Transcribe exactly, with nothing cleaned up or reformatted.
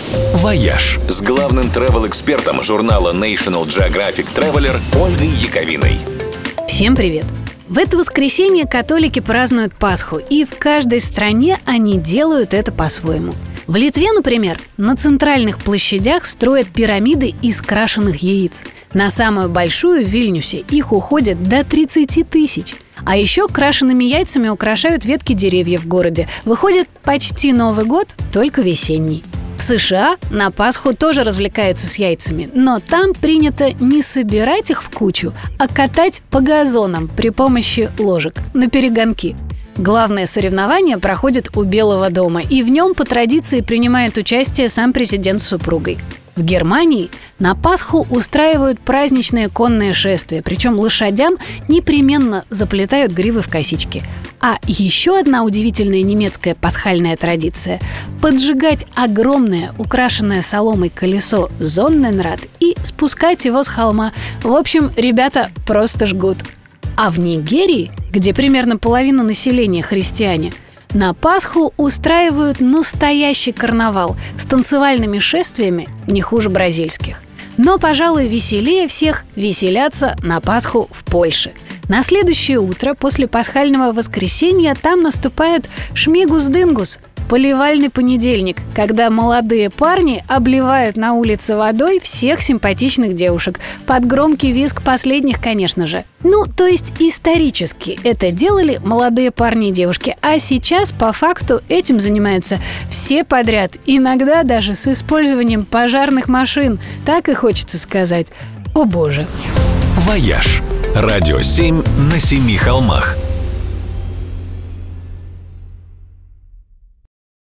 «Вояж» с главным travel-экспертом журнала National Geographic Traveler Ольгой Яковиной. Всем привет! В это воскресенье католики празднуют Пасху, и в каждой стране они делают это по-своему. В Литве, например, на центральных площадях строят пирамиды из крашеных яиц. На самую большую в Вильнюсе их уходит до тридцати тысяч. А еще крашеными яйцами украшают ветки деревьев в городе. Выходит почти Новый год, только весенний. В США на Пасху тоже развлекаются с яйцами, но там принято не собирать их в кучу, а катать по газонам при помощи ложек на перегонки. Главное соревнование проходит у Белого дома, и в нем по традиции принимает участие сам президент с супругой. В Германии на Пасху устраивают праздничные конные шествия, причем лошадям непременно заплетают гривы в косички. А еще одна удивительная немецкая пасхальная традиция – поджигать огромное, украшенное соломой колесо Зонненрад и спускать его с холма. В общем, ребята просто жгут. А в Нигерии, где примерно половина населения христиане, на Пасху устраивают настоящий карнавал с танцевальными шествиями не хуже бразильских. Но, пожалуй, веселее всех веселятся на Пасху в Польше. На следующее утро после пасхального воскресенья там наступает шмигус-дынгус – поливальный понедельник, когда молодые парни обливают на улице водой всех симпатичных девушек. Под громкий визг последних, конечно же. Ну, то есть исторически это делали молодые парни и девушки, а сейчас по факту этим занимаются все подряд, иногда даже с использованием пожарных машин. Так и хочется сказать: о боже! «Вояж» – радио семь на семи холмах.